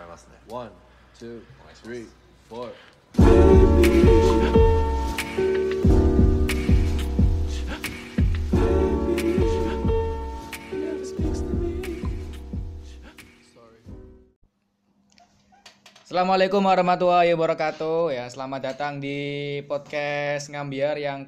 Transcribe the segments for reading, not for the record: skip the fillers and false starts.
りますね。1、2、3、4。 Assalamualaikum warahmatullahi wabarakatuh. Ya, selamat datang di podcast Ngambiar yang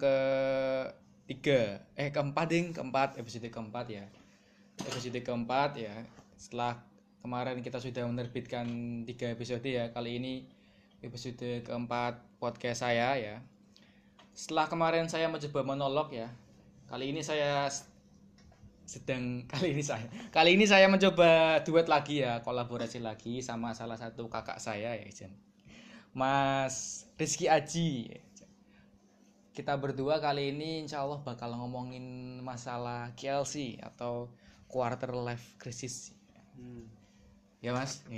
keempat, episode keempat ya. Episode keempat ya. Setelah kemarin kita sudah menerbitkan 3 episode ya. Kali ini episode keempat podcast saya ya. Setelah kemarin saya mencoba monolog ya. Kali ini saya mencoba duet lagi ya, kolaborasi lagi sama salah satu kakak saya ya, Mas Rizky Aji. Kita berdua kali ini insya Allah bakal ngomongin masalah KLC atau quarter life crisis. Ya Mas.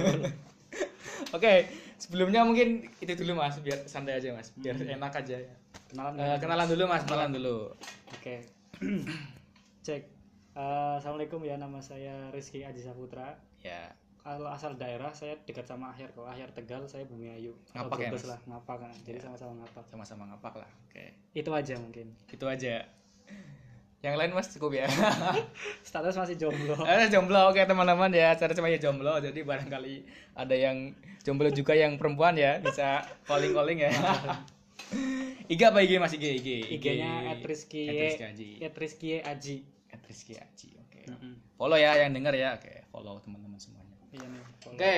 Oke, sebelumnya mungkin itu dulu Mas, biar santai aja Mas, biar enak aja ya. Kenalan dulu Mas, kenalan dulu. Oke. Cek. Assalamualaikum ya, nama saya Rizky Aji Saputra. Ya. Kalau asal daerah saya dekat sama Ahyar. Kalau Ahyar Tegal saya Bumi Ayu. Ngapak ya Mas? Lah, ngapak kan. Jadi sama-sama ngapak. Sama-sama ngapak lah. Oke. Itu aja mungkin. Itu aja. Yang lain Mas cukup ya. Status masih jomblo. Jomblo, oke teman-teman ya. Cara cuma ya jomblo. Jadi barangkali ada yang jomblo juga yang perempuan ya, bisa calling ya. IG apa IG Mas? IG-nya @rizky Aji. Rizky Aji. Oke. Follow ya yang denger ya. Oke, follow teman-teman semuanya. Iya nih. Oke,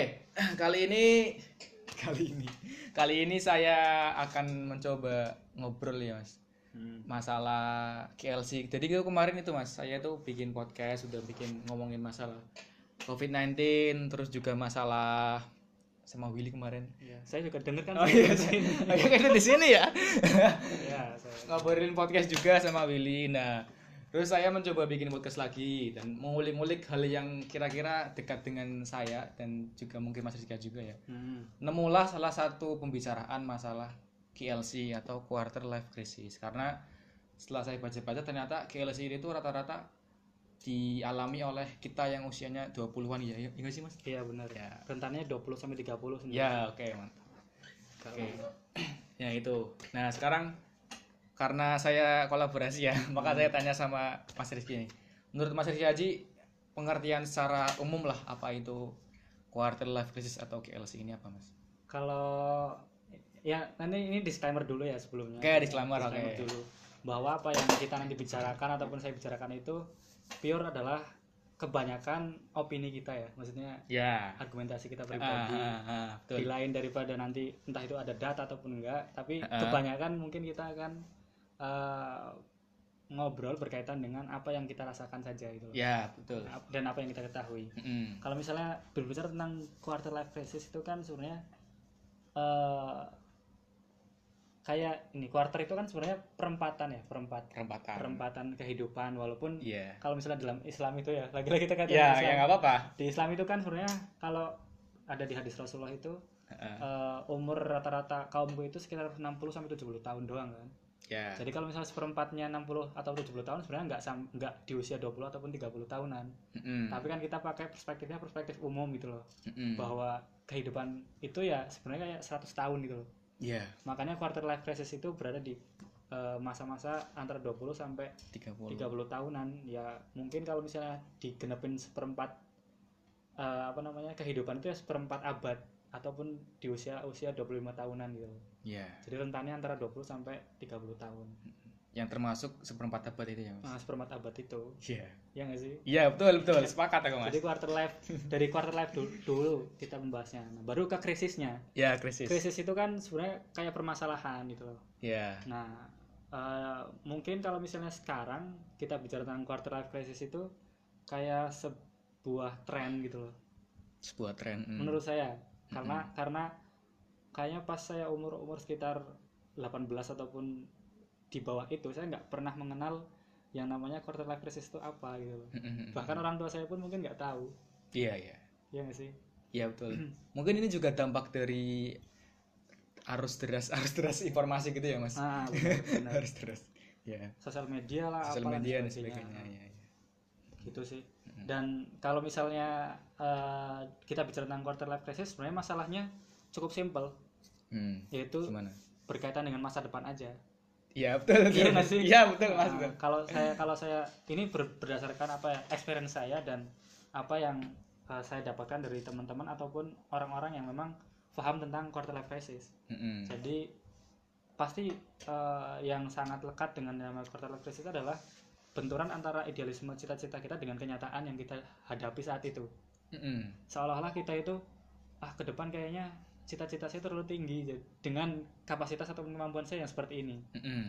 kali ini saya akan mencoba ngobrol ya Mas. Masalah KLC. Jadi itu kemarin itu Mas, saya tuh bikin podcast, udah bikin ngomongin masalah COVID-19, terus juga masalah sama Willy kemarin. Iya, saya juga denger kan. Oh iya, kayaknya di sini ya. Iya, saya ngobrolin podcast juga sama Willy. Nah, terus saya mencoba bikin podcast lagi dan mengulik-ulik hal yang kira-kira dekat dengan saya dan juga mungkin Mas Rizky juga ya. Nemulah salah satu pembicaraan masalah KLC atau quarter life crisis. Karena setelah saya baca-baca ternyata KLC itu rata-rata dialami oleh kita yang usianya 20-an ya. Iya enggak sih Mas? Iya benar. Ya. Rentannya 20 sampai 30 sebenarnya. Ya, oke, mantap. Oke. Ya itu. Nah, sekarang karena saya kolaborasi ya, maka saya tanya sama Mas Rizky nih. Menurut Mas Rizky Haji, pengertian secara umum lah apa itu quarter life crisis atau KLC ini apa Mas? Kalau ya nanti ini disclaimer dulu ya sebelumnya. Oke, disclaimer dulu. Bahwa apa yang kita nanti bicarakan ataupun saya bicarakan itu pure adalah kebanyakan opini kita ya. Maksudnya argumentasi kita pribadi. Di lain daripada nanti entah itu ada data ataupun enggak, tapi kebanyakan mungkin kita akan ngobrol berkaitan dengan apa yang kita rasakan saja itu. Ya, betul. Dan apa yang kita ketahui. Kalau misalnya berbicara tentang quarter life crisis itu kan sebenarnya kayak ini quarter itu kan sebenarnya perempatan kehidupan, walaupun kalau misalnya dalam Islam itu ya lagi-lagi kita katakan Islam. Ya nggak apa-apa. Di Islam itu kan sebenarnya kalau ada di hadis Rasulullah itu umur rata-rata kaumku itu sekitar 60 sampai 70 tahun doang kan. Jadi kalau misalnya seperempatnya 60 atau 70 tahun sebenarnya nggak di usia 20 ataupun 30 tahunan. Tapi kan kita pakai perspektif umum gitu loh. Bahwa kehidupan itu ya sebenarnya kayak 100 tahun gitu loh. Makanya quarter life crisis itu berada di masa-masa antara 20 sampai 30 tahunan. Ya mungkin kalau misalnya digenepin seperempat kehidupan itu ya seperempat abad ataupun di usia 25 tahunan gitu. Jadi rentannya antara 20 sampai 30 tahun. Yang termasuk seperempat abad itu ya Mas? Seperempat abad itu. Iya nggak sih? Iya betul. Sepakat aku Mas. Jadi dari quarter life dulu kita membahasnya. Nah, baru ke krisisnya. Krisis. Krisis itu kan sebenarnya kayak permasalahan gitu loh. Nah, mungkin kalau misalnya sekarang kita bicara tentang quarter life crisis itu kayak sebuah tren gitu loh. Sebuah tren. Menurut saya. Karena kayaknya pas saya umur sekitar 18 ataupun di bawah itu saya nggak pernah mengenal yang namanya quarter life crisis itu apa gitu loh. Bahkan orang tua saya pun mungkin nggak tahu. Iya nggak sih? Iya betul. Mungkin ini juga dampak dari arus deras informasi gitu ya Mas. Benar. Arus deras. Sosial media lah. Sosial media dan sebagainya. Gitu sih. Dan kalau misalnya kita bicara tentang quarter life crisis, sebenarnya masalahnya cukup simple, yaitu gimana? Berkaitan dengan masa depan aja. Iya betul. Iya nggak sih? Iya betul mas. Kalau saya ini berdasarkan apa ya, experience saya dan apa yang saya dapatkan dari teman-teman ataupun orang-orang yang memang paham tentang quarter life crisis. Jadi pasti yang sangat lekat dengan nama quarter life crisis adalah benturan antara idealisme cita-cita kita dengan kenyataan yang kita hadapi saat itu. Seolah-olah kita itu ke depan kayaknya cita-cita saya terlalu tinggi dengan kapasitas atau kemampuan saya yang seperti ini.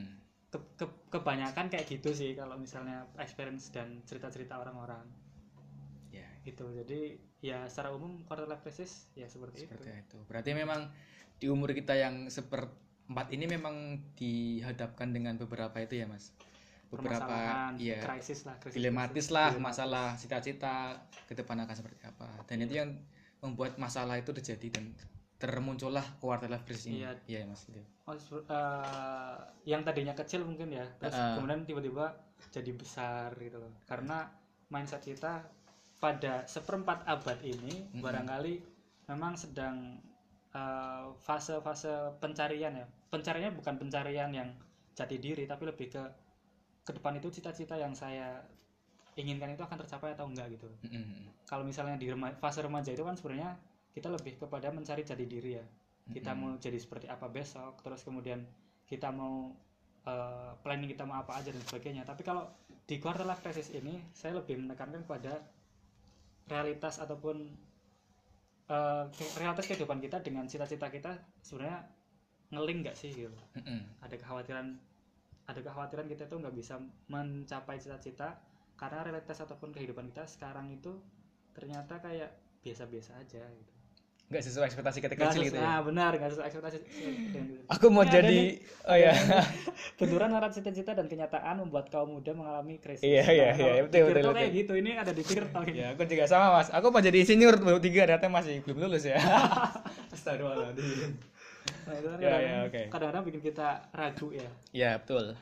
Kebanyakan kayak gitu sih kalau misalnya experience dan cerita-cerita orang-orang. Ya, gitu. Jadi ya secara umum quarter life crisis ya seperti itu. Berarti memang di umur kita yang seperempat ini memang dihadapkan dengan beberapa itu ya, Mas. Beberapa krisis dilematis lah, masalah cita-cita ke depan akan seperti apa. Dan itu yang membuat masalah itu terjadi dan termuncullah quarter life crisis ini. Iya Mas gitu. Yang tadinya kecil mungkin ya, terus kemudian tiba-tiba jadi besar gitu loh. Karena mindset kita pada seperempat abad ini barangkali memang sedang fase-fase pencarian ya. Pencariannya bukan pencarian yang jati diri, tapi lebih ke depan itu cita-cita yang saya inginkan itu akan tercapai atau enggak gitu. Kalau misalnya di fase remaja itu kan sebenarnya kita lebih kepada mencari jati diri ya. Kita mau jadi seperti apa besok, terus kemudian kita mau planning kita mau apa aja dan sebagainya. Tapi kalau di quarter life crisis ini saya lebih menekankan pada realitas ataupun realitas kehidupan kita dengan cita-cita kita sebenarnya ngeling nggak sih gitu. Ada kekhawatiran kita tuh nggak bisa mencapai cita-cita karena realitas ataupun kehidupan kita sekarang itu ternyata kayak biasa-biasa aja gitu. Nggak sesuai ekspektasi kita kecil gitu ya. Benar, nggak sesuai ekspektasi. Aku mau jadi benturan antara cita-cita dan kenyataan membuat kaum muda mengalami krisis. Iya, betul. Kayak gitu, ini ada di Tirto ini. Ya, aku juga sama, Mas. Aku mau jadi insinyur 3 ternyata masih belum lulus ya. Astagfirullahaladzim. Oke. Kadang-kadang bikin kita ragu ya. Iya, betul.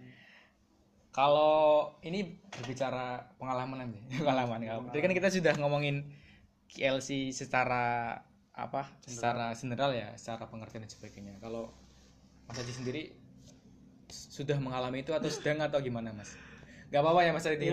Kalau ini berbicara pengalaman. Jadi kan kita sudah ngomongin KLC secara general ya, secara pengertian dan sebagainya. Kalau Mas Haji sendiri sudah mengalami itu atau sedang atau gimana, Mas? Gak apa-apa ya Mas Haji.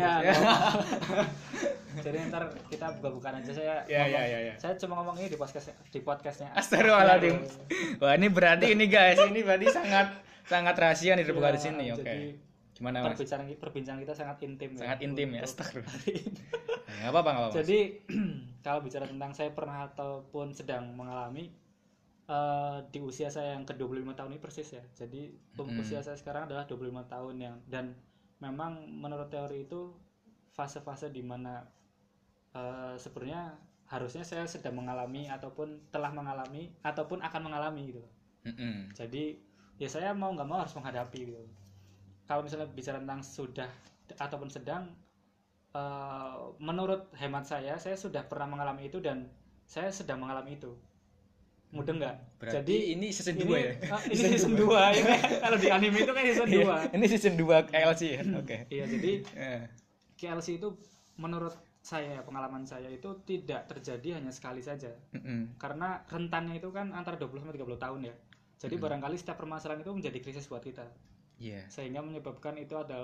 Jadi ntar kita buka-bukaan aja saya. Saya cuma ngomong ini di podcastnya. Astagfirullahaladzim. Wah ini berarti ini berarti sangat rahasia nih terbuka di sini. Oke. Gimana Mas? Perbincangan kita sangat intim. Sangat intim ya. Astagfirullahaladzim. Nggak apa-apa. Jadi kalau bicara tentang saya pernah ataupun sedang mengalami di usia saya yang ke-25 tahun ini persis ya. Jadi usia saya sekarang adalah 25 tahun dan memang menurut teori itu fase-fase di mana sebenarnya harusnya saya sedang mengalami ataupun telah mengalami ataupun akan mengalami gitu. Jadi ya saya mau nggak mau harus menghadapi gitu. Kalau misalnya bicara tentang sudah ataupun sedang, menurut hemat saya sudah pernah mengalami itu dan saya sedang mengalami itu. Mudeng nggak? Jadi ini season 2 ya? Ini season 2 ya. Kalau di anime itu kan season 2. Ini season 2 KLC ya? Oke. Iya, jadi KLC itu menurut saya, pengalaman saya itu tidak terjadi hanya sekali saja. Karena rentannya itu kan antara 20-30 tahun ya. Jadi barangkali setiap permasalahan itu menjadi krisis buat kita. Sehingga menyebabkan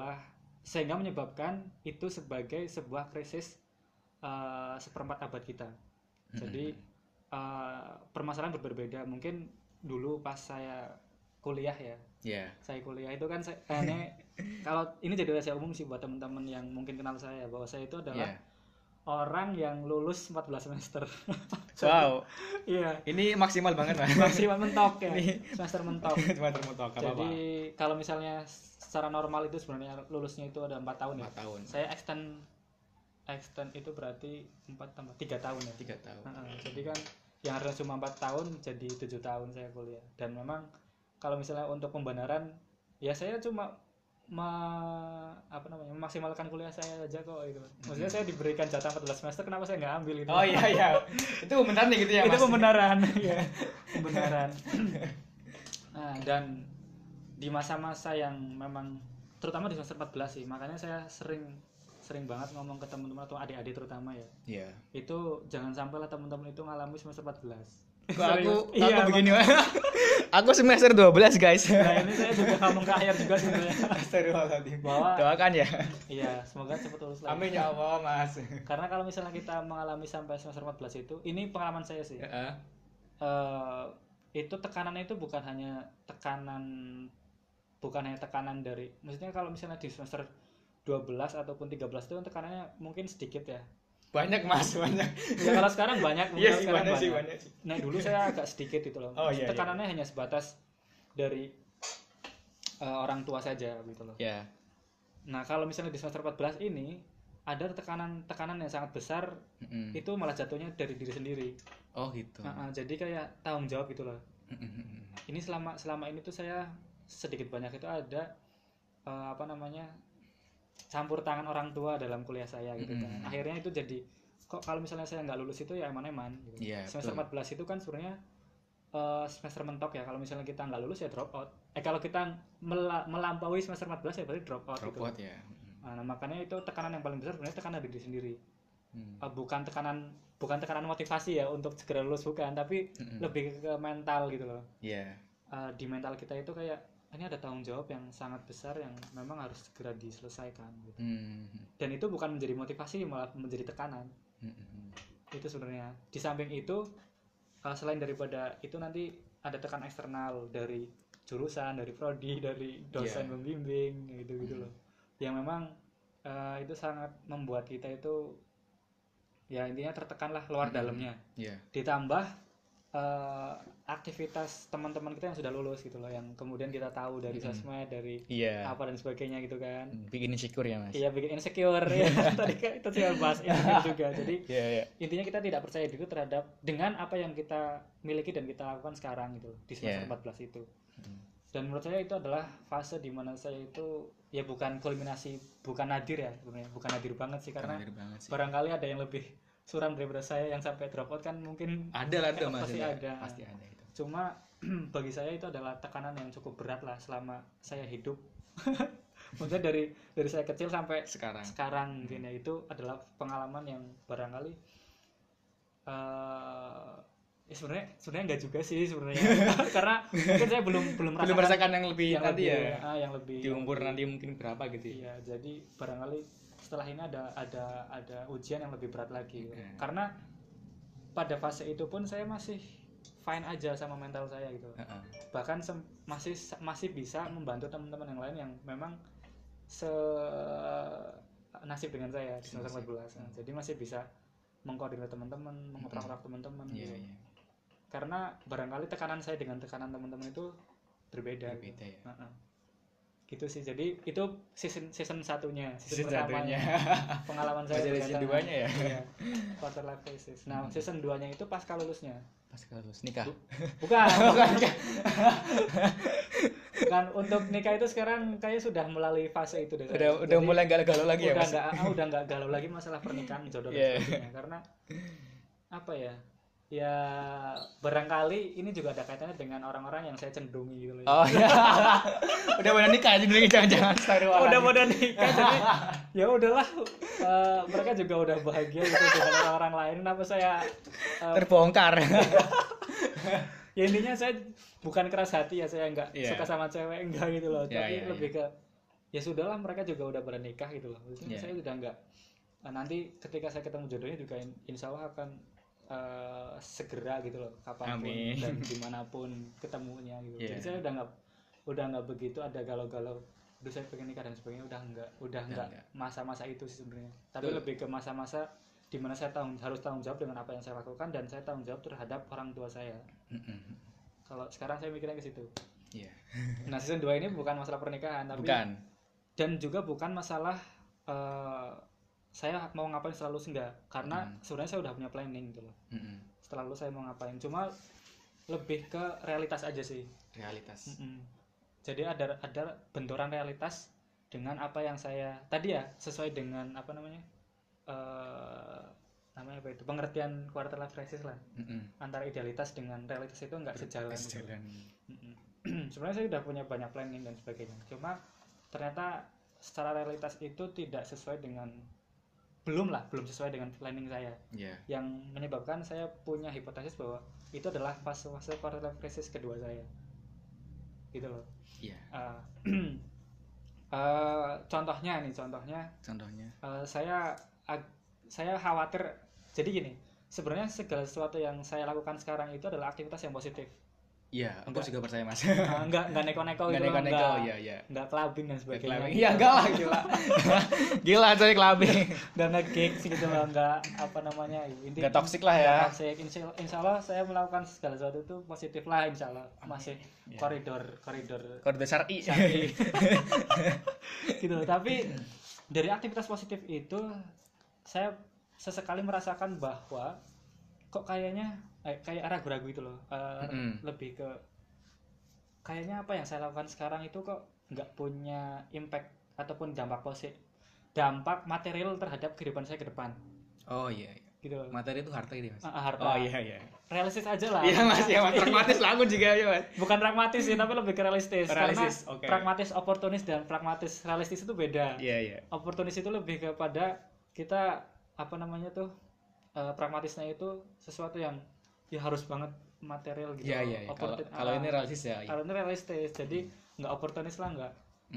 itu sebagai sebuah krisis seperempat abad kita. Jadi permasalahan berbeda. Mungkin dulu pas saya kuliah ya. Saya kuliah itu kan kalau ini jadi rahasia umum sih buat teman-teman yang mungkin kenal saya, bahwa saya itu adalah orang yang lulus 14 semester. Wow. Iya. Ini maksimal banget Mas. Maksimal mentok ya. Semester mentok. Semester mentok. Jadi kalau misalnya secara normal itu sebenarnya lulusnya itu ada 4 tahun ya. 4 tahun. Saya extend itu berarti 3 tahun ya. 3 tahun. Jadi kan yang harusnya cuma 4 tahun jadi 7 tahun saya kuliah. Dan memang kalau misalnya untuk pembenaran ya saya cuma memaksimalkan kuliah saya aja kok itu. Maksudnya saya diberikan jatah 14 semester, kenapa saya nggak ambil itu? Oh iya. Itu pembenaran gitu ya Mas. Itu pembenaran. Ya. Pembenaran. Nah, dan di masa-masa yang memang terutama di semester 14 sih, makanya saya sering banget ngomong ke teman-teman atau adik-adik terutama ya. Iya. Itu jangan sampai lah teman-teman itu ngalami semester 14. Aku begini. Aku semester 12 guys. Nah ini saya juga ngomong ke akhir juga sebenarnya. Astagfirullahaladzim. Bahwa doakan ya. Iya, semoga cepat lulus lagi. Amin ya Allah mas. Karena kalau misalnya kita mengalami sampai semester 14 itu, ini pengalaman saya sih. Itu tekanannya itu bukan hanya tekanan dari, maksudnya kalau misalnya di semester 12 ataupun 13 itu tekanannya mungkin sedikit ya. Banyak mas, banyak. Ya kalau sekarang banyak. Iya sih banyak sih. Nah dulu saya agak sedikit itu loh. Tekanannya hanya sebatas dari orang tua saja gitu loh. Iya. Nah kalau misalnya di semester 14 ini ada tekanan yang sangat besar, itu malah jatuhnya dari diri sendiri. Oh gitu. Jadi kayak tanggung jawab gitu loh. Ini selama ini tuh saya sedikit banyak itu ada campur tangan orang tua dalam kuliah saya gitu kan. Akhirnya itu jadi kok kalau misalnya saya nggak lulus itu ya eman-eman gitu. Semester 14 itu kan sebenarnya semester mentok ya. Kalau misalnya kita nggak lulus ya drop out. Kalau kita melampaui semester 14 ya berarti drop out gitu. Ya. Nah, makanya itu tekanan yang paling besar sebenarnya tekanan dari diri sendiri. Bukan tekanan motivasi ya untuk segera lulus, bukan, tapi lebih ke mental gitu loh. Di mental kita itu kayak ini ada tanggung jawab yang sangat besar yang memang harus segera diselesaikan gitu. Dan itu bukan menjadi motivasi, malah menjadi tekanan. Itu sebenarnya. Di samping itu selain daripada itu nanti ada tekanan eksternal dari jurusan, dari prodi, dari dosen pembimbing gitu loh. Yang memang itu sangat membuat kita itu ya intinya tertekan lah luar dalamnya. Ditambah aktivitas teman-teman kita yang sudah lulus gitu loh, yang kemudian kita tahu dari sosmed, dari apa dan sebagainya gitu kan. Bikin insecure ya mas. Iya, bikin insecure ya. Tadi itu saya bahas insecure juga. Jadi intinya kita tidak percaya diri terhadap dengan apa yang kita miliki dan kita lakukan sekarang gitu di semester 14 itu. Dan menurut saya itu adalah fase di mana saya itu ya bukan kulminasi, bukan nadir ya sebenarnya, bukan nadir banget sih, karena barangkali ada yang lebih suram daripada saya yang sampai drop out kan, mungkin ada pasti ada itu. Cuma bagi saya itu adalah tekanan yang cukup berat lah selama saya hidup. Maksudnya dari saya kecil sampai sekarang mungkin ya, itu adalah pengalaman yang barangkali sebenarnya enggak juga sih sebenarnya. Karena mungkin saya belum merasakan yang lebih tadi yang lebih di umur nanti mungkin berapa gitu. Iya, jadi barangkali setelah ini ada ujian yang lebih berat lagi. Karena pada fase itu pun saya masih fine aja sama mental saya gitu. Bahkan masih bisa membantu teman-teman yang lain yang memang nasib dengan saya di semester 14. Jadi masih bisa mengkoordinir teman-teman, mengoprak-oprak teman-teman gitu. Karena barangkali tekanan saya dengan tekanan teman-teman itu berbeda gitu. Gitu sih. Jadi itu season satunya, season pertamanya pengalaman saya. Jadi season 2-nya ya. Iya. Quarter life crisis. Nah, season 2-nya itu pasca lulusnya. Pasca lulus nikah. Bukan. Kan untuk nikah itu sekarang kayak sudah melalui fase itu deh. Udah mulai enggak galau lagi ya, Mas. Udah enggak galau lagi masalah pernikahan, jodoh dan sebagainya. Karena apa ya? Ya barangkali ini juga ada kaitannya dengan orang-orang yang saya cenderungi gitu loh. Oh iya. Udah pada nikah aja dulu, jangan udah pada nikah jadi ya udahlah, mereka juga udah bahagia gitu dengan orang-orang lain, kenapa saya terbongkar. Ya intinya saya bukan keras hati ya, saya enggak suka sama cewek enggak gitu loh. Tapi lebih ke ya sudahlah, mereka juga udah pada nikah gitu loh. Maksudnya saya udah enggak, nanti ketika saya ketemu jodohnya juga insya Allah akan segera gitu loh, kapanpun dan dimanapun ketemunya gitu. Jadi saya udah nggak begitu ada galau-galau, udah saya pengen nikah dan sebagainya, udah nggak masa-masa itu sih sebenarnya. Tapi lebih ke masa-masa di mana saya harus tanggung jawab dengan apa yang saya lakukan, dan saya tanggung jawab terhadap orang tua saya. Kalau sekarang saya mikirnya ke situ. Nah season 2 ini bukan masalah pernikahan, tapi dan juga bukan masalah saya mau ngapain setelah lulus, enggak, karena sebenarnya saya udah punya planning gitu loh. Setelah lulus saya mau ngapain, cuma lebih ke realitas aja sih. Jadi ada benturan realitas dengan apa yang saya tadi ya, sesuai dengan apa namanya pengertian quarter life crisis lah. Antara idealitas dengan realitas itu enggak sejalan. Sebenarnya saya udah punya banyak planning dan sebagainya, cuma ternyata secara realitas itu tidak sesuai dengan belum sesuai dengan planning saya. Yang menyebabkan saya punya hipotesis bahwa itu adalah fase quarter life crisis kedua saya gitu loh. Contohnya saya khawatir. Jadi gini, sebenarnya segala sesuatu yang saya lakukan sekarang itu adalah aktivitas yang positif. Iya, aku juga percaya Mas. Enggak neko-neko gitu. Enggak clubbing dan sebagainya. Iya, enggak lah, gila. Gila coy clubbing. Enggak nge-gigs gitu loh, enggak enggak toksik lah ya. Toksik. Insyaallah saya melakukan segala sesuatu itu positif lah insyaallah. Masih koridor syar'i. Gitu. Tapi dari aktivitas positif itu saya sesekali merasakan bahwa kok kayaknya kayak ragu-ragu itu loh. Lebih ke kayaknya apa yang saya lakukan sekarang itu kok nggak punya impact ataupun dampak material terhadap kehidupan saya ke depan. Oh iya. Gitu. Materi itu harta gitu Mas. Harta. Oh iya. Realistis aja lah. Iya Mas, pragmatis lah aku juga ya Mas. Bukan pragmatis sih, tapi lebih ke realistis. Karena pragmatis, oportunis dan pragmatis realistis itu beda. Iya. Oportunis itu lebih kepada kita pragmatisnya itu sesuatu yang ya harus banget material gitu. Iya. Kalau ini realistis ya. Kalau ini realistis, jadi nggak oportunis lah, nggak.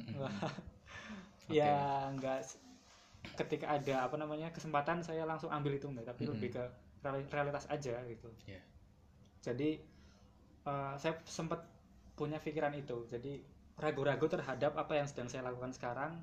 Ya nggak. Ketika ada kesempatan saya langsung ambil itu enggak, tapi lebih ke realitas aja gitu. Jadi saya sempat punya pikiran itu. Jadi ragu-ragu terhadap apa yang sedang saya lakukan sekarang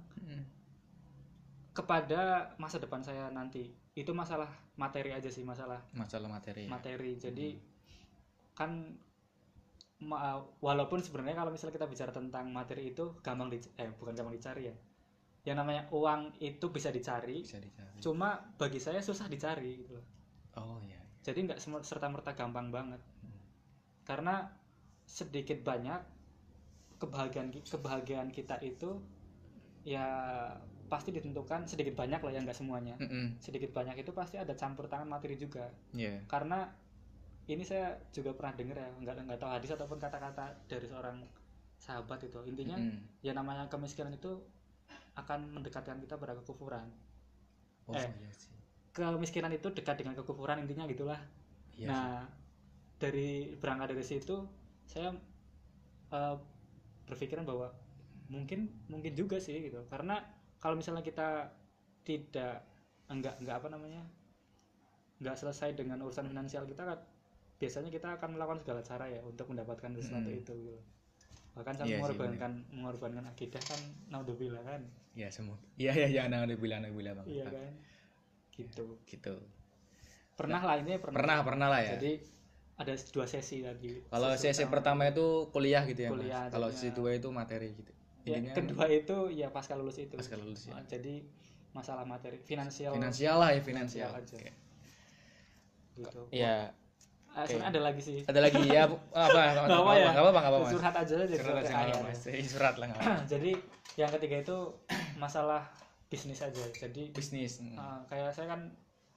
kepada masa depan saya nanti. Itu masalah materi aja sih, masalah materi. Jadi kan walaupun sebenarnya kalau misalnya kita bicara tentang materi itu bukan gampang dicari ya. Yang namanya uang itu bisa dicari. Cuma bagi saya susah dicari gitu loh. Oh iya. Jadi nggak serta-merta gampang banget. Karena sedikit banyak kebahagiaan kita itu ya pasti ditentukan sedikit banyak lah ya, nggak semuanya. Sedikit banyak itu pasti ada campur tangan materi juga. Karena ini saya juga pernah dengar ya, nggak tahu hadis ataupun kata-kata dari seorang sahabat itu. Intinya ya namanya kemiskinan itu akan mendekatkan kita pada kekufuran. Iya sih. Kemiskinan itu dekat dengan kekufuran, intinya gitulah. Iya. Nah, berangkat dari situ saya berpikiran bahwa mungkin juga sih gitu. Karena kalau misalnya kita enggak selesai dengan urusan finansial kita kan biasanya kita akan melakukan segala cara ya untuk mendapatkan sesuatu itu gitu. Bahkan sampai mengorbankan akidah kan, naudzubillah kan. Ya semua. Iya naudzubillah Bang. Iya kan. Gitu. Pernah lah lah ya. Jadi ada 2 sesi tadi. Kalau sesi pertama itu kuliah gitu ya. Kuliah. Kalau sesi 2 itu materi gitu. Intinya kedua itu ya pasca lulus itu. Ya. Jadi masalah materi finansial aja. Okay. Gitu. Ya. Sebenarnya ada lagi sih. Ada lagi ya. Enggak apa-apa. Curhat aja lah Curhat lah. Jadi yang ketiga itu masalah bisnis aja. Jadi bisnis. Kayak saya kan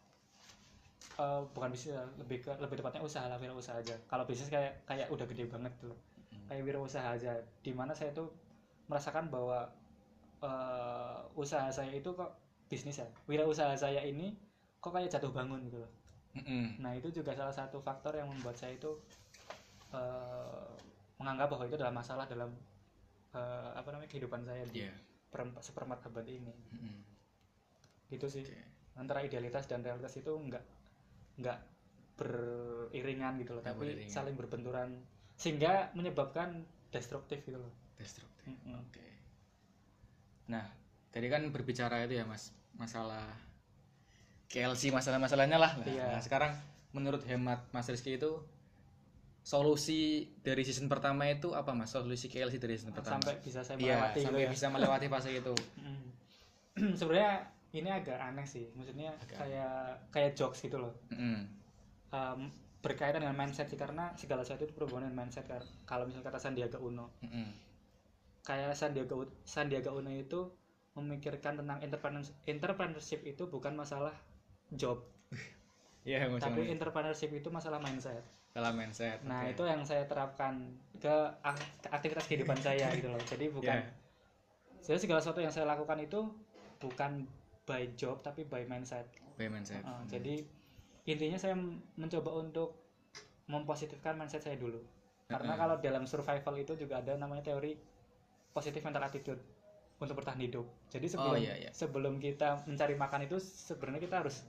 bukan bisnis, lebih tepatnya usaha lah, wirausaha aja. Kalau bisnis kayak udah gede banget tuh. Kayak wirausaha aja. Di mana saya tuh merasakan bahwa usaha saya itu kok bisnis ya. Wirausaha saya ini kok kayak jatuh bangun gitu loh. Nah itu juga salah satu faktor yang membuat saya itu menganggap bahwa itu adalah masalah dalam kehidupan saya di seperempat abad ini. Gitu sih. Antara idealitas dan realitas itu enggak beriringan gitu loh, tapi saling berbenturan sehingga menyebabkan destruktif gitu loh. Oke. Nah, tadi kan berbicara itu ya Mas, masalah KLC, masalah-masalahnya lah. Nah, sekarang menurut hemat Mas Rizky itu solusi dari season pertama itu apa Mas? Solusi KLC dari season pertama sampai bisa saya melewati sampai bisa melewati fase itu. Sebenarnya ini agak aneh sih. Maksudnya kayak jokes gitu loh. Berkaitan dengan mindset sih, karena segala sesuatu itu berhubungan dengan mindset. Kalau misalnya kata Sandiaga Uno. Kayak Sandiaga Uno itu memikirkan tentang entrepreneurship itu bukan masalah job. Tapi entrepreneurship itu masalah mindset. Nah, itu yang saya terapkan ke aktivitas kehidupan saya gitu loh. Jadi bukan jadi segala sesuatu yang saya lakukan itu bukan by job tapi by mindset. Jadi intinya saya mencoba untuk mempositifkan mindset saya dulu. Karena kalau dalam survival itu juga ada namanya teori positive mental attitude untuk bertahan hidup. Jadi sebelum kita mencari makan itu sebenarnya kita harus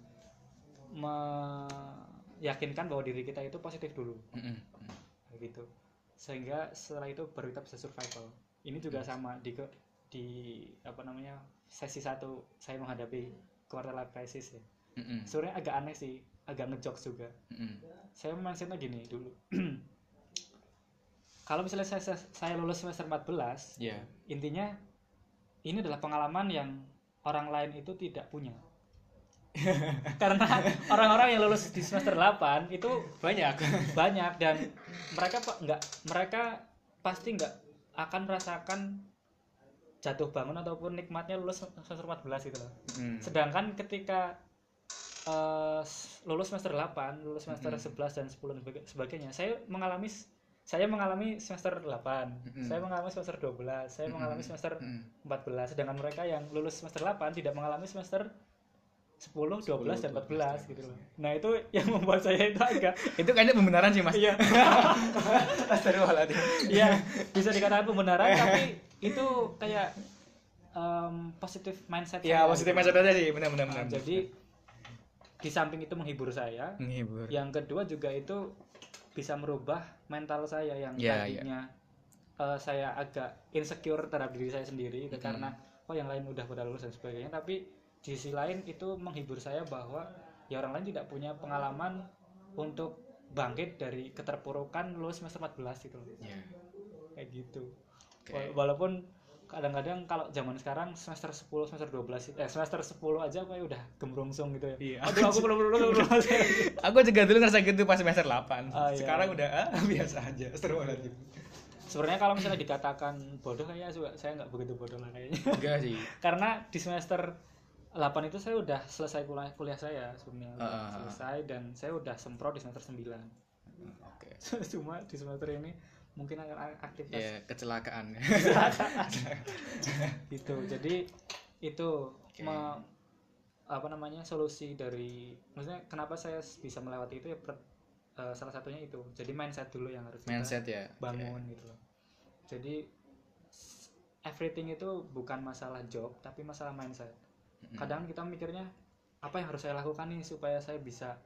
meyakinkan bahwa diri kita itu positif dulu. Gitu. Sehingga setelah itu baru kita bisa survival. Ini juga sama di sesi 1 saya menghadapi quarter life crisis ya. Sebenarnya agak aneh sih, agak ngejokes juga. Saya mindsetnya gini dulu. Kalau misalnya saya lulus semester 14, intinya ini adalah pengalaman yang orang lain itu tidak punya. Karena orang-orang yang lulus di semester 8 itu banyak dan mereka pasti nggak akan merasakan jatuh bangun ataupun nikmatnya lulus semester 14 gitu loh. Sedangkan ketika lulus semester 8, lulus semester 11 dan 10 dan sebagainya, saya mengalami semester 8, saya mengalami semester 12, saya mengalami semester 14, sedangkan mereka yang lulus semester 8 tidak mengalami semester 10, 12 dan 14 gitu loh. Nah, itu yang membuat saya itu agak itu kayaknya pembenaran sih, Mas. Iya. Astagfirullahaladzim. Iya, bisa dikatakan pembenaran tapi itu kayak positive mindset. Iya, positive mindset aja sih, benar. Jadi di samping itu menghibur saya, yang kedua juga itu bisa merubah mental saya yang tadinya saya agak insecure terhadap diri saya sendiri itu karena yang lain udah pada lulus dan sebagainya, tapi di sisi lain itu menghibur saya bahwa ya orang lain tidak punya pengalaman untuk bangkit dari keterpurukan lulus semester 14 gitu. Kayak gitu. Walaupun kadang-kadang kalau zaman sekarang semester 10, semester 12 semester 10 aja kayak udah gemrongsong gitu ya. Aduh, aku belum. Aku juga dulu ngerasa gitu pas semester 8. Sekarang udah biasa aja. Astagfirullahaladzim. Sebenarnya kalau misalnya dikatakan bodoh kayaknya saya nggak begitu bodoh lah kayaknya. Enggak sih. Karena di semester 8 itu saya udah selesai kuliah saya sebenarnya. Selesai dan saya udah sempro di semester 9. Cuma di semester ini mungkin akan aktivitas kecelakaan. Gitu. Jadi itu solusi dari, maksudnya kenapa saya bisa melewati itu ya salah satunya itu. Jadi mindset dulu yang harus kita bangun gitu loh. Jadi everything itu bukan masalah job tapi masalah mindset. Kadang kita mikirnya apa yang harus saya lakukan nih supaya saya bisa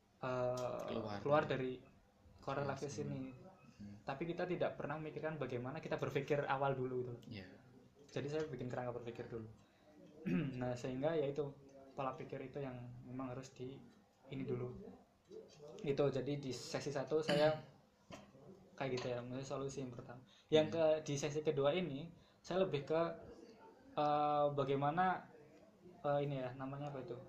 keluar dari quarter life crisis ini. Tapi kita tidak pernah memikirkan bagaimana kita berpikir awal dulu itu. Jadi saya bikin kerangka berpikir dulu. Nah, sehingga ya itu pola pikir itu yang memang harus ini dulu. Itu jadi di sesi 1 saya kayak gitu ya, solusi yang pertama. Yang di sesi kedua ini saya lebih ke bagaimana ini ya namanya apa itu?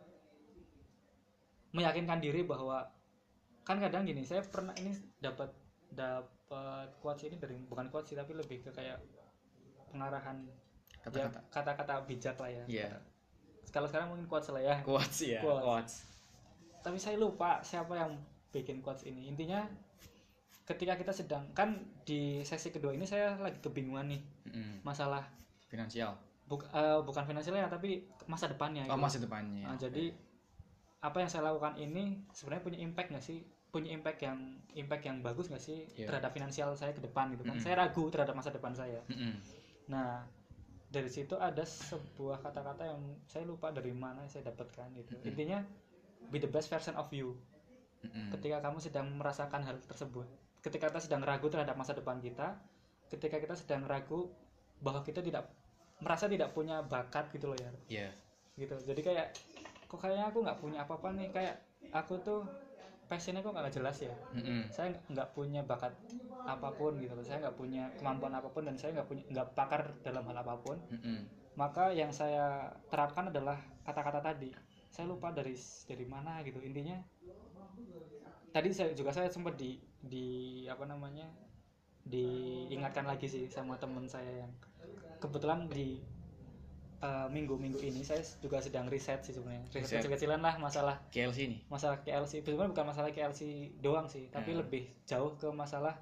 Meyakinkan diri bahwa kan kadang gini, saya pernah ini dapat quotes ini dari, bukan quotes sih tapi lebih ke kayak pengarahan kata-kata bijak lah ya. Kalau sekarang mungkin quotes lah ya. Quotes. Tapi saya lupa siapa yang bikin quotes ini. Intinya ketika kita sedang, kan di sesi kedua ini saya lagi kebingungan nih masalah finansial. Bukan finansialnya tapi masa depannya. Masa depannya. Jadi apa yang saya lakukan ini sebenarnya punya impact nggak sih? Punya impact yang bagus nggak sih terhadap finansial saya ke depan gitu kan? Saya ragu terhadap masa depan saya. Nah, dari situ ada sebuah kata-kata yang saya lupa dari mana saya dapatkan gitu. Intinya be the best version of you. Ketika kamu sedang merasakan hal tersebut, ketika kita sedang ragu terhadap masa depan kita, ketika kita sedang ragu bahwa kita merasa tidak punya bakat gitu loh ya. Gitu. Jadi kayak kok kayaknya aku nggak punya apa-apa nih, kayak aku tuh passionnya kok nggak jelas ya. Saya nggak punya bakat apapun gitu loh. Saya nggak punya kemampuan apapun dan saya nggak pakar dalam hal apapun. Maka yang saya terapkan adalah kata-kata tadi. Saya lupa dari mana gitu. Intinya tadi saya sempat diingatkan lagi sih sama teman saya yang kebetulan di minggu-minggu ini saya juga sedang riset sih sebenarnya. Riset kecil-kecilan lah masalah KLC ini. Masalah KLC. Sebenarnya bukan masalah KLC doang sih, tapi lebih jauh ke masalah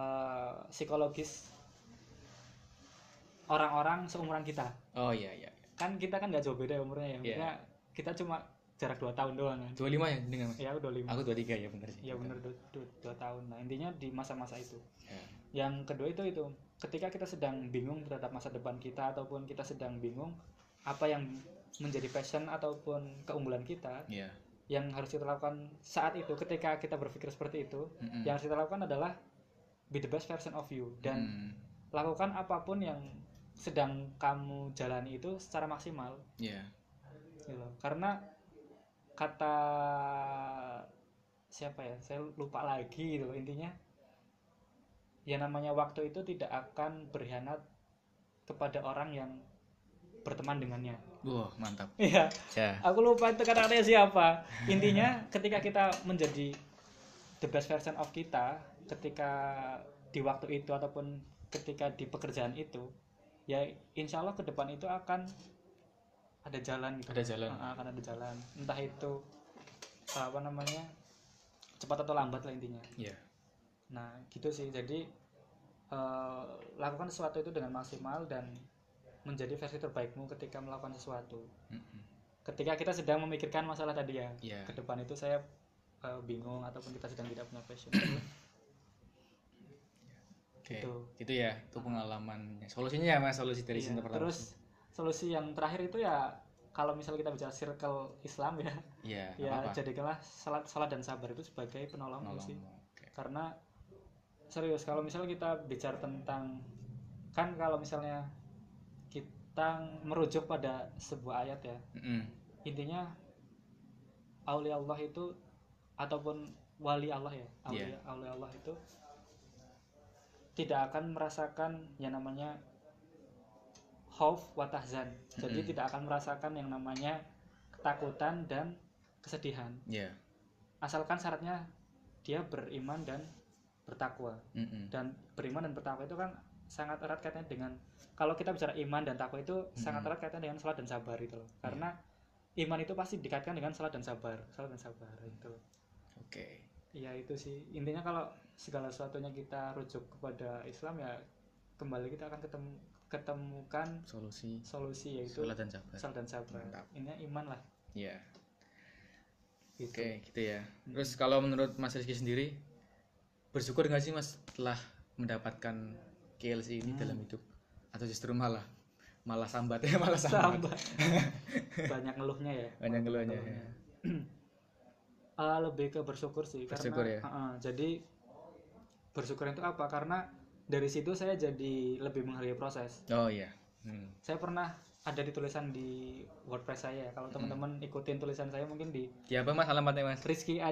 psikologis orang-orang seumuran kita. kan kita kan nggak jauh beda umurnya ya. Maksudnya kita cuma jarak 2 tahun doang kan. 25 ya dengan Mas? Ya, 25. Aku 23 ya benar sih. Ya benar 2 tahun. Nah, intinya di masa-masa itu. Yang kedua itu ketika kita sedang bingung terhadap masa depan kita ataupun kita sedang bingung apa yang menjadi passion ataupun keunggulan kita. Yang harus kita lakukan saat itu ketika kita berpikir seperti itu, yang harus kita lakukan adalah be the best version of you dan lakukan apapun yang sedang kamu jalani itu secara maksimal. Gitu. Karena kata siapa ya, saya lupa lagi gitu intinya, ya namanya waktu itu tidak akan berkhianat kepada orang yang berteman dengannya. Wah, mantap. Iya. Aku lupa itu kata-katanya siapa. Intinya ketika kita menjadi the best version of kita ketika di waktu itu ataupun ketika di pekerjaan itu, ya insya Allah ke depan itu akan ada jalan gitu. Akan ada jalan. Entah itu cepat atau lambat lah intinya. Nah gitu sih. Jadi lakukan sesuatu itu dengan maksimal dan menjadi versi terbaikmu ketika melakukan sesuatu. Ketika kita sedang memikirkan masalah tadi ya, ke depan itu saya bingung ataupun kita sedang tidak punya passion. Gitu ya, itu pengalamannya. Solusinya ya Mas, solusi dari cinta pertama. Terus solusi yang terakhir itu ya kalau misalnya kita bicara circle Islam ya, jadikanlah salat dan sabar itu sebagai penolongmu sih. Karena serius kalau misalnya kita bicara tentang, kan kalau misalnya kita merujuk pada sebuah ayat ya, intinya aulia Allah itu ataupun wali Allah ya, aulia Allah itu tidak akan merasakan yang namanya khauf wa tahzan. Jadi tidak akan merasakan yang namanya ketakutan dan kesedihan. Asalkan syaratnya dia beriman dan bertakwa. Dan beriman dan bertakwa itu kan sangat erat kaitannya dengan, kalau kita bicara iman dan takwa itu sangat erat kaitannya dengan salat dan sabar itu loh. Karena iman itu pasti dikaitkan dengan salat dan sabar itu. Iya itu sih. Intinya kalau segala sesuatunya kita rujuk kepada Islam ya kembali kita akan ketemukan solusi yaitu salat dan sabar. Ini iman lah. Gitu. Gitu ya. Terus kalau menurut Mas Rizky sendiri, bersyukur nggak sih Mas setelah mendapatkan KLC ini dalam hidup, atau justru malah sambat ya, banyak ngeluhnya ya. Lebih ke bersyukur sih, karena jadi bersyukur itu apa? Karena dari situ saya jadi lebih menghargai proses. Saya pernah ada di tulisan di WordPress saya. Kalau teman-teman ikutin tulisan saya mungkin di apa Mas alamatnya Mas?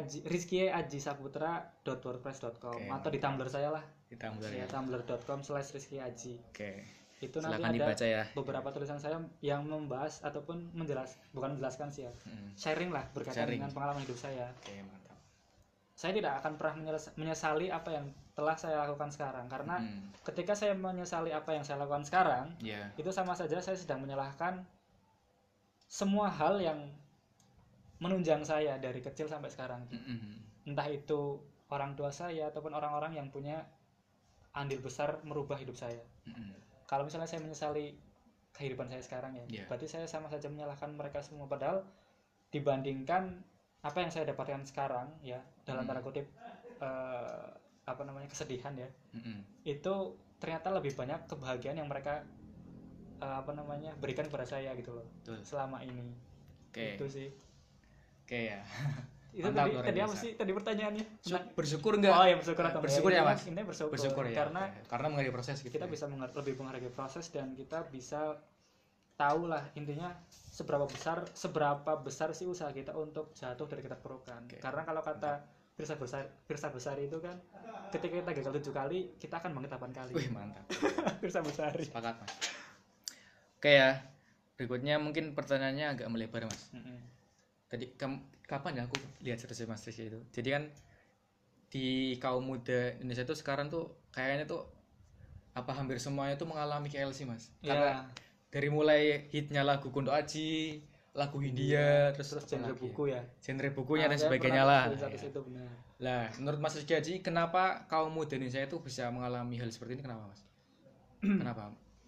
rizkyajisaputra.wordpress.com atau di Tumblr saya lah. Di Tumblr ya. tumblr.com/rizkyaji. Itu nanti silakan dibaca ya. Beberapa tulisan saya yang membahas ataupun bukan menjelaskan sih ya. Sharing lah berkaitan dengan pengalaman hidup saya. Mantap. Saya tidak akan pernah menyesali apa yang telah saya lakukan sekarang, karena ketika saya menyesali apa yang saya lakukan sekarang, itu sama saja saya sedang menyalahkan semua hal yang menunjang saya dari kecil sampai sekarang. Entah itu orang tua saya ataupun orang-orang yang punya andil besar merubah hidup saya. Kalau misalnya saya menyesali kehidupan saya sekarang ya, berarti saya sama saja menyalahkan mereka semua, padahal dibandingkan apa yang saya dapatkan sekarang ya, dalam tanda kutip kesedihan ya, itu ternyata lebih banyak kebahagiaan yang mereka berikan kepada saya gitu loh. Selama ini. Itu sih. Ya. Itu tadi apa sih tadi pertanyaannya? Bersyukur enggak? Oh ya, bersyukur atau bersyukur ya Mas? Ini bersyukur ya. Karena menghargai proses gitu. Kita bisa lebih menghargai proses dan kita bisa tahu lah intinya seberapa besar sih usaha kita untuk jatuh dari keterpurukan. Karena kalau kata Pirsa Besari itu kan, ketika kita gagal 7 kali, kita akan bangkit 8 kali. Wih, mantap. Pirsa Besari. Sepakat Mas. Ya, berikutnya mungkin pertanyaannya agak melebar Mas. Tadi kapan ya aku lihat status Mas Rizky itu. Jadi kan di kaum muda Indonesia itu sekarang tuh kayaknya tuh hampir semuanya tuh mengalami KLC Mas. Karena dari mulai hitnya lagu Kunto Aji, lagu Hindia, terus genre buku ya. Genre bukunya dan sebagainya lah. Itu benar. Lah, menurut Mas Rizky, kenapa kaum muda Indonesia itu bisa mengalami hal seperti ini, kenapa Mas? Kenapa?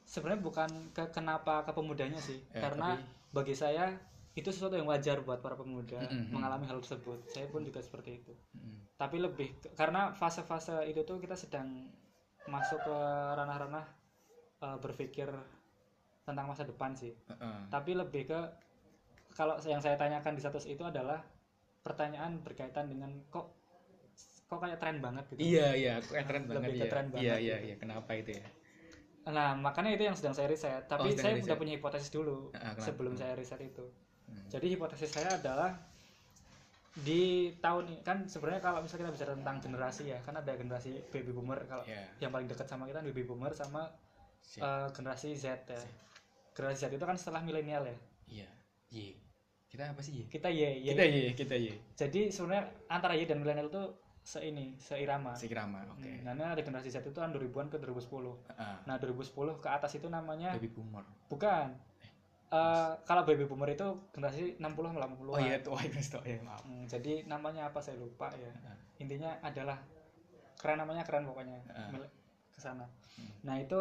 sebenarnya bukan kenapa ke pemudanya sih, karena bagi saya itu sesuatu yang wajar buat para pemuda mengalami hal tersebut. Saya pun juga seperti itu. Tapi lebih karena fase-fase itu tuh kita sedang masuk ke ranah-ranah berpikir tentang masa depan sih. Tapi lebih ke kalau yang saya tanyakan di status itu adalah pertanyaan berkaitan dengan kok kayak tren banget gitu. Iya, kayak tren banget. Lebih ke tren banget. Iya, kenapa itu ya? Nah, makanya itu yang sedang saya riset. Tapi saya udah punya hipotesis dulu sebelum saya riset itu. Jadi hipotesis saya adalah di tahun ini kan sebenarnya kalau misalnya kita bicara tentang generasi ya, kan ada generasi baby boomer kalau yang paling dekat sama kita baby boomer sama generasi Z ya. Generasi Z itu kan setelah milenial ya. Iya. Y. Kita apa sih Y? Kita Y. Kita Y. Jadi sebenarnya antara Y dan milenial itu seirama. Oke. Nah, ada generasi Z itu kan 2000-an ke 2010. Nah, 2010 ke atas itu namanya baby boomer. Bukan. Kalau baby boomer itu generasi 60-an 80-an. Oh iya, itu maaf. Jadi namanya apa saya lupa ya. Intinya adalah namanya keren pokoknya. Ke sana. Nah, itu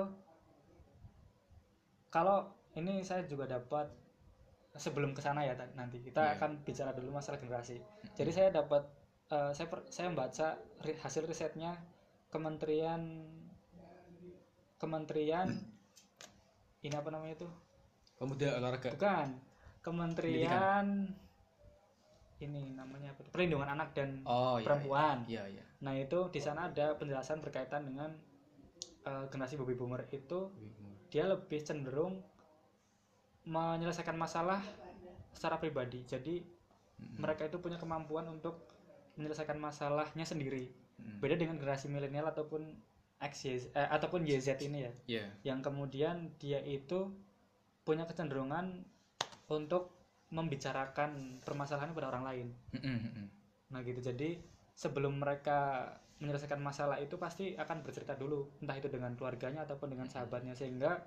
saya juga dapat sebelum ke sana ya nanti. Kita akan bicara dulu masalah generasi. Jadi saya dapat saya membaca hasil risetnya Kementerian ini apa namanya itu? Pemuda olahraga. Bukan. Kementerian ini namanya apa? Perlindungan Anak dan Perempuan. Iya. Nah, itu di sana ada penjelasan berkaitan dengan generasi baby boomer itu dia lebih cenderung menyelesaikan masalah secara pribadi. Jadi mereka itu punya kemampuan untuk menyelesaikan masalahnya sendiri. Beda dengan generasi milenial ataupun ataupun YZ ini ya. Yang kemudian dia itu punya kecenderungan untuk membicarakan permasalahan pada orang lain. Nah gitu. Jadi sebelum mereka menyelesaikan masalah itu pasti akan bercerita dulu, entah itu dengan keluarganya ataupun dengan sahabatnya, sehingga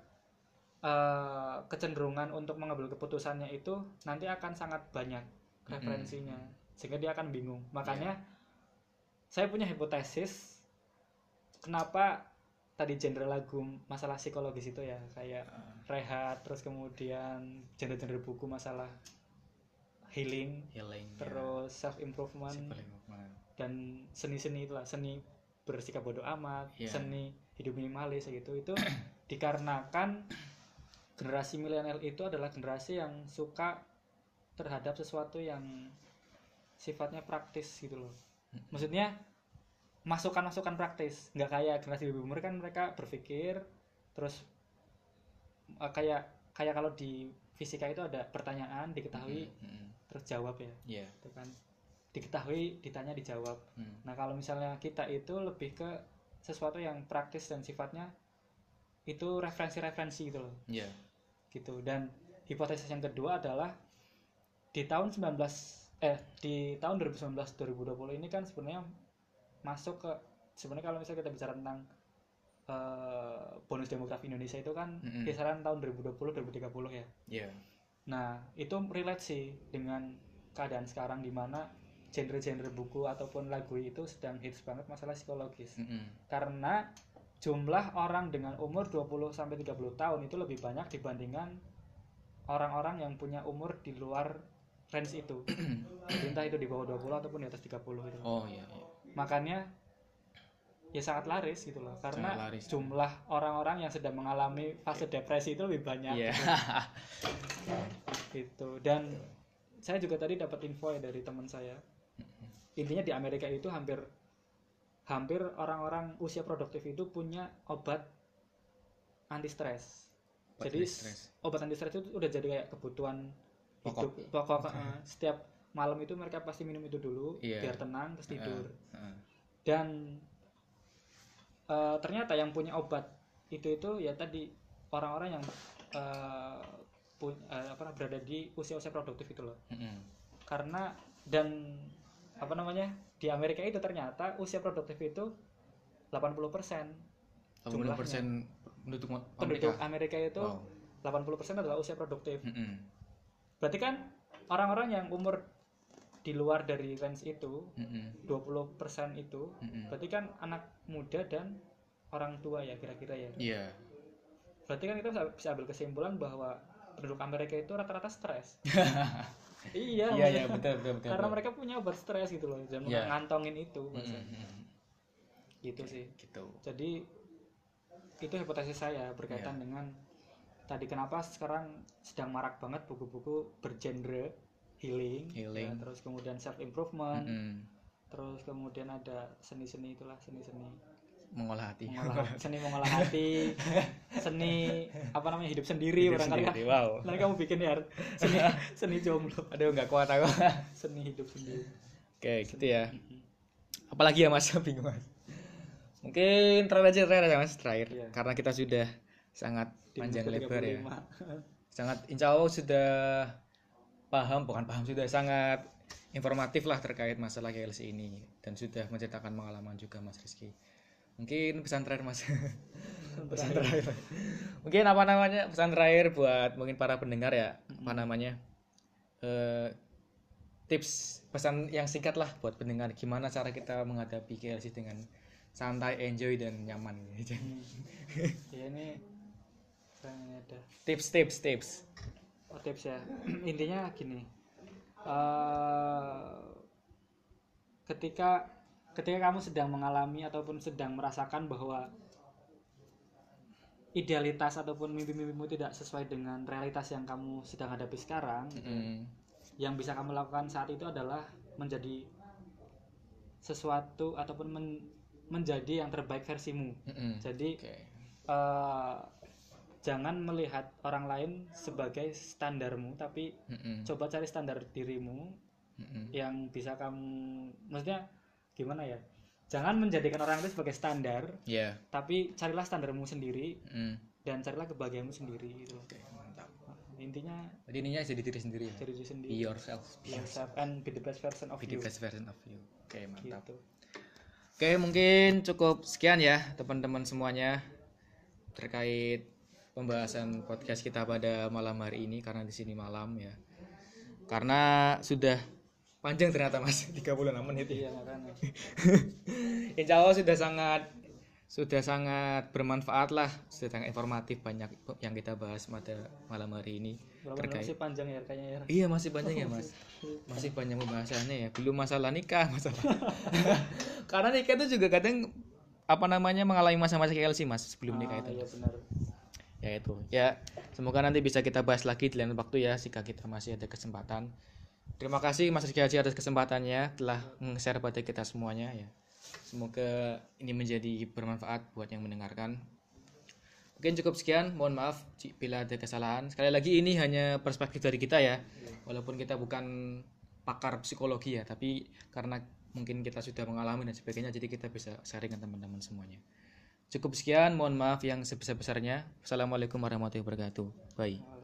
kecenderungan untuk mengambil keputusannya itu nanti akan sangat banyak referensinya. Sehingga dia akan bingung. Makanya saya punya hipotesis kenapa tadi genre lagu masalah psikologis itu ya, kayak Rehat, terus kemudian genre-genre buku masalah healing terus self improvement dan seni-seni itulah, seni bersikap bodoh amat, seni hidup minimalis gitu. Itu dikarenakan generasi milenial itu adalah generasi yang suka terhadap sesuatu yang sifatnya praktis gitu loh. Maksudnya masukan-masukan praktis, nggak kayak generasi baby boomer kan mereka berpikir terus kayak kalau di fisika itu ada pertanyaan diketahui terus jawab ya. Itu kan diketahui, ditanya, dijawab. Nah, kalau misalnya kita itu lebih ke sesuatu yang praktis dan sifatnya itu referensi-referensi gitu loh. Gitu. Dan hipotesis yang kedua adalah di tahun 2019 2020 ini kan sebenarnya masuk ke kalau misalnya kita bicara tentang bonus demografi Indonesia itu kan kisaran tahun 2020 2030 ya. Nah, itu relate sih dengan keadaan sekarang di mana genre-genre buku ataupun lagu itu sedang hits banget masalah psikologis. Karena jumlah orang dengan umur 20 sampai 30 tahun itu lebih banyak dibandingkan orang-orang yang punya umur di luar range itu. Entah itu di bawah 20 ataupun di atas 30 itu. Makanya ya sangat laris gitu loh, karena jumlah orang-orang yang sedang mengalami fase depresi itu lebih banyak. Gitu. Dan saya juga tadi dapat info dari teman saya. Intinya di Amerika itu hampir orang-orang usia produktif itu punya obat anti stres. Jadi obat anti stres itu udah jadi kayak kebutuhan hidup pokok. Setiap malam itu mereka pasti minum itu dulu biar tenang terus tidur. Dan ternyata yang punya obat itu ya tadi orang-orang yang berada di usia-usia produktif itu loh. Karena dan di Amerika itu ternyata usia produktif itu 80% penduduk Amerika itu 80% adalah usia produktif. Berarti kan orang-orang yang umur di luar dari range itu 20% itu berarti kan anak muda dan orang tua ya kira-kira ya. berarti kan kita bisa ambil kesimpulan bahwa penduduk Amerika itu rata-rata stres. Iya betul. Karena mereka punya obat stres gitu loh, dan ngantongin itu. Gitu sih. Gitu. Jadi itu hipotesis saya berkaitan dengan tadi kenapa sekarang sedang marak banget buku-buku bergenre healing. Ya, terus kemudian self improvement. Terus kemudian ada seni-seni mengolah hati. Seni mengolah hati, seni apa namanya hidup sendiri barangkali. Wow. Nanti kamu bikin ya seni jomblo. Aduh nggak kuat aku. Seni hidup sendiri. Oke, gitu ya. Apalagi ya Mas, bingung Mas. Mungkin terakhir ya Mas, terakhir. Karena kita sudah sangat panjang lebar ya. Sangat insya Allah sudah bukan paham, sudah sangat informatif lah terkait masalah KLC ini dan sudah menceritakan pengalaman juga Mas Rizky. Mungkin pesan terakhir Mas. Pesan terakhir. Mungkin pesan terakhir buat mungkin para pendengar ya, tips pesan yang singkat lah buat pendengar gimana cara kita menghadapi KLC dengan santai, enjoy dan nyaman gitu. Ya ini ada tips. Oh, tips ya. Intinya gini. Ketika kamu sedang mengalami ataupun sedang merasakan bahwa idealitas ataupun mimpi-mimpimu tidak sesuai dengan realitas yang kamu sedang hadapi sekarang, yang bisa kamu lakukan saat itu adalah menjadi sesuatu ataupun menjadi yang terbaik versimu. Jadi jangan melihat orang lain sebagai standarmu, tapi coba cari standar dirimu yang bisa kamu, maksudnya gimana ya? Jangan menjadikan orang itu sebagai standar, tapi carilah standarmu sendiri dan carilah kebahagiaanmu sendiri gitu. Mantap. Intinya jadi diri sendiri. Jadi diri sendiri. Be yourself and be the best version of you. Oke, mantap. Gitu. Oke, mungkin cukup sekian ya teman-teman semuanya terkait pembahasan podcast kita pada malam hari ini, karena di sini malam ya. Karena sudah panjang ternyata Mas, 36 menit. Iya, makanya. Insya Allah sudah sangat bermanfaat lah, sudah sangat informatif, banyak yang kita bahas pada malam hari ini. Masih panjang ya kayaknya ya. Iya, masih panjang ya Mas. Masih banyak pembahasannya ya. Belum masalah nikah, Karena nikah itu juga kadang mengalami masa-masa KLC Mas sebelum nikah itu. Iya benar. Ya itu. Ya, semoga nanti bisa kita bahas lagi di lain waktu ya jika kita masih ada kesempatan. Terima kasih Mas Rizky Haji atas kesempatannya telah nge-share pada kita semuanya ya. Semoga ini menjadi bermanfaat buat yang mendengarkan. Mungkin cukup sekian, mohon maaf bila ada kesalahan. Sekali lagi ini hanya perspektif dari kita ya. Walaupun kita bukan pakar psikologi ya, tapi karena mungkin kita sudah mengalami dan sebagainya, jadi kita bisa sharing dengan teman-teman semuanya. Cukup sekian, mohon maaf yang sebesar-besarnya. Wassalamualaikum warahmatullahi wabarakatuh. Bye.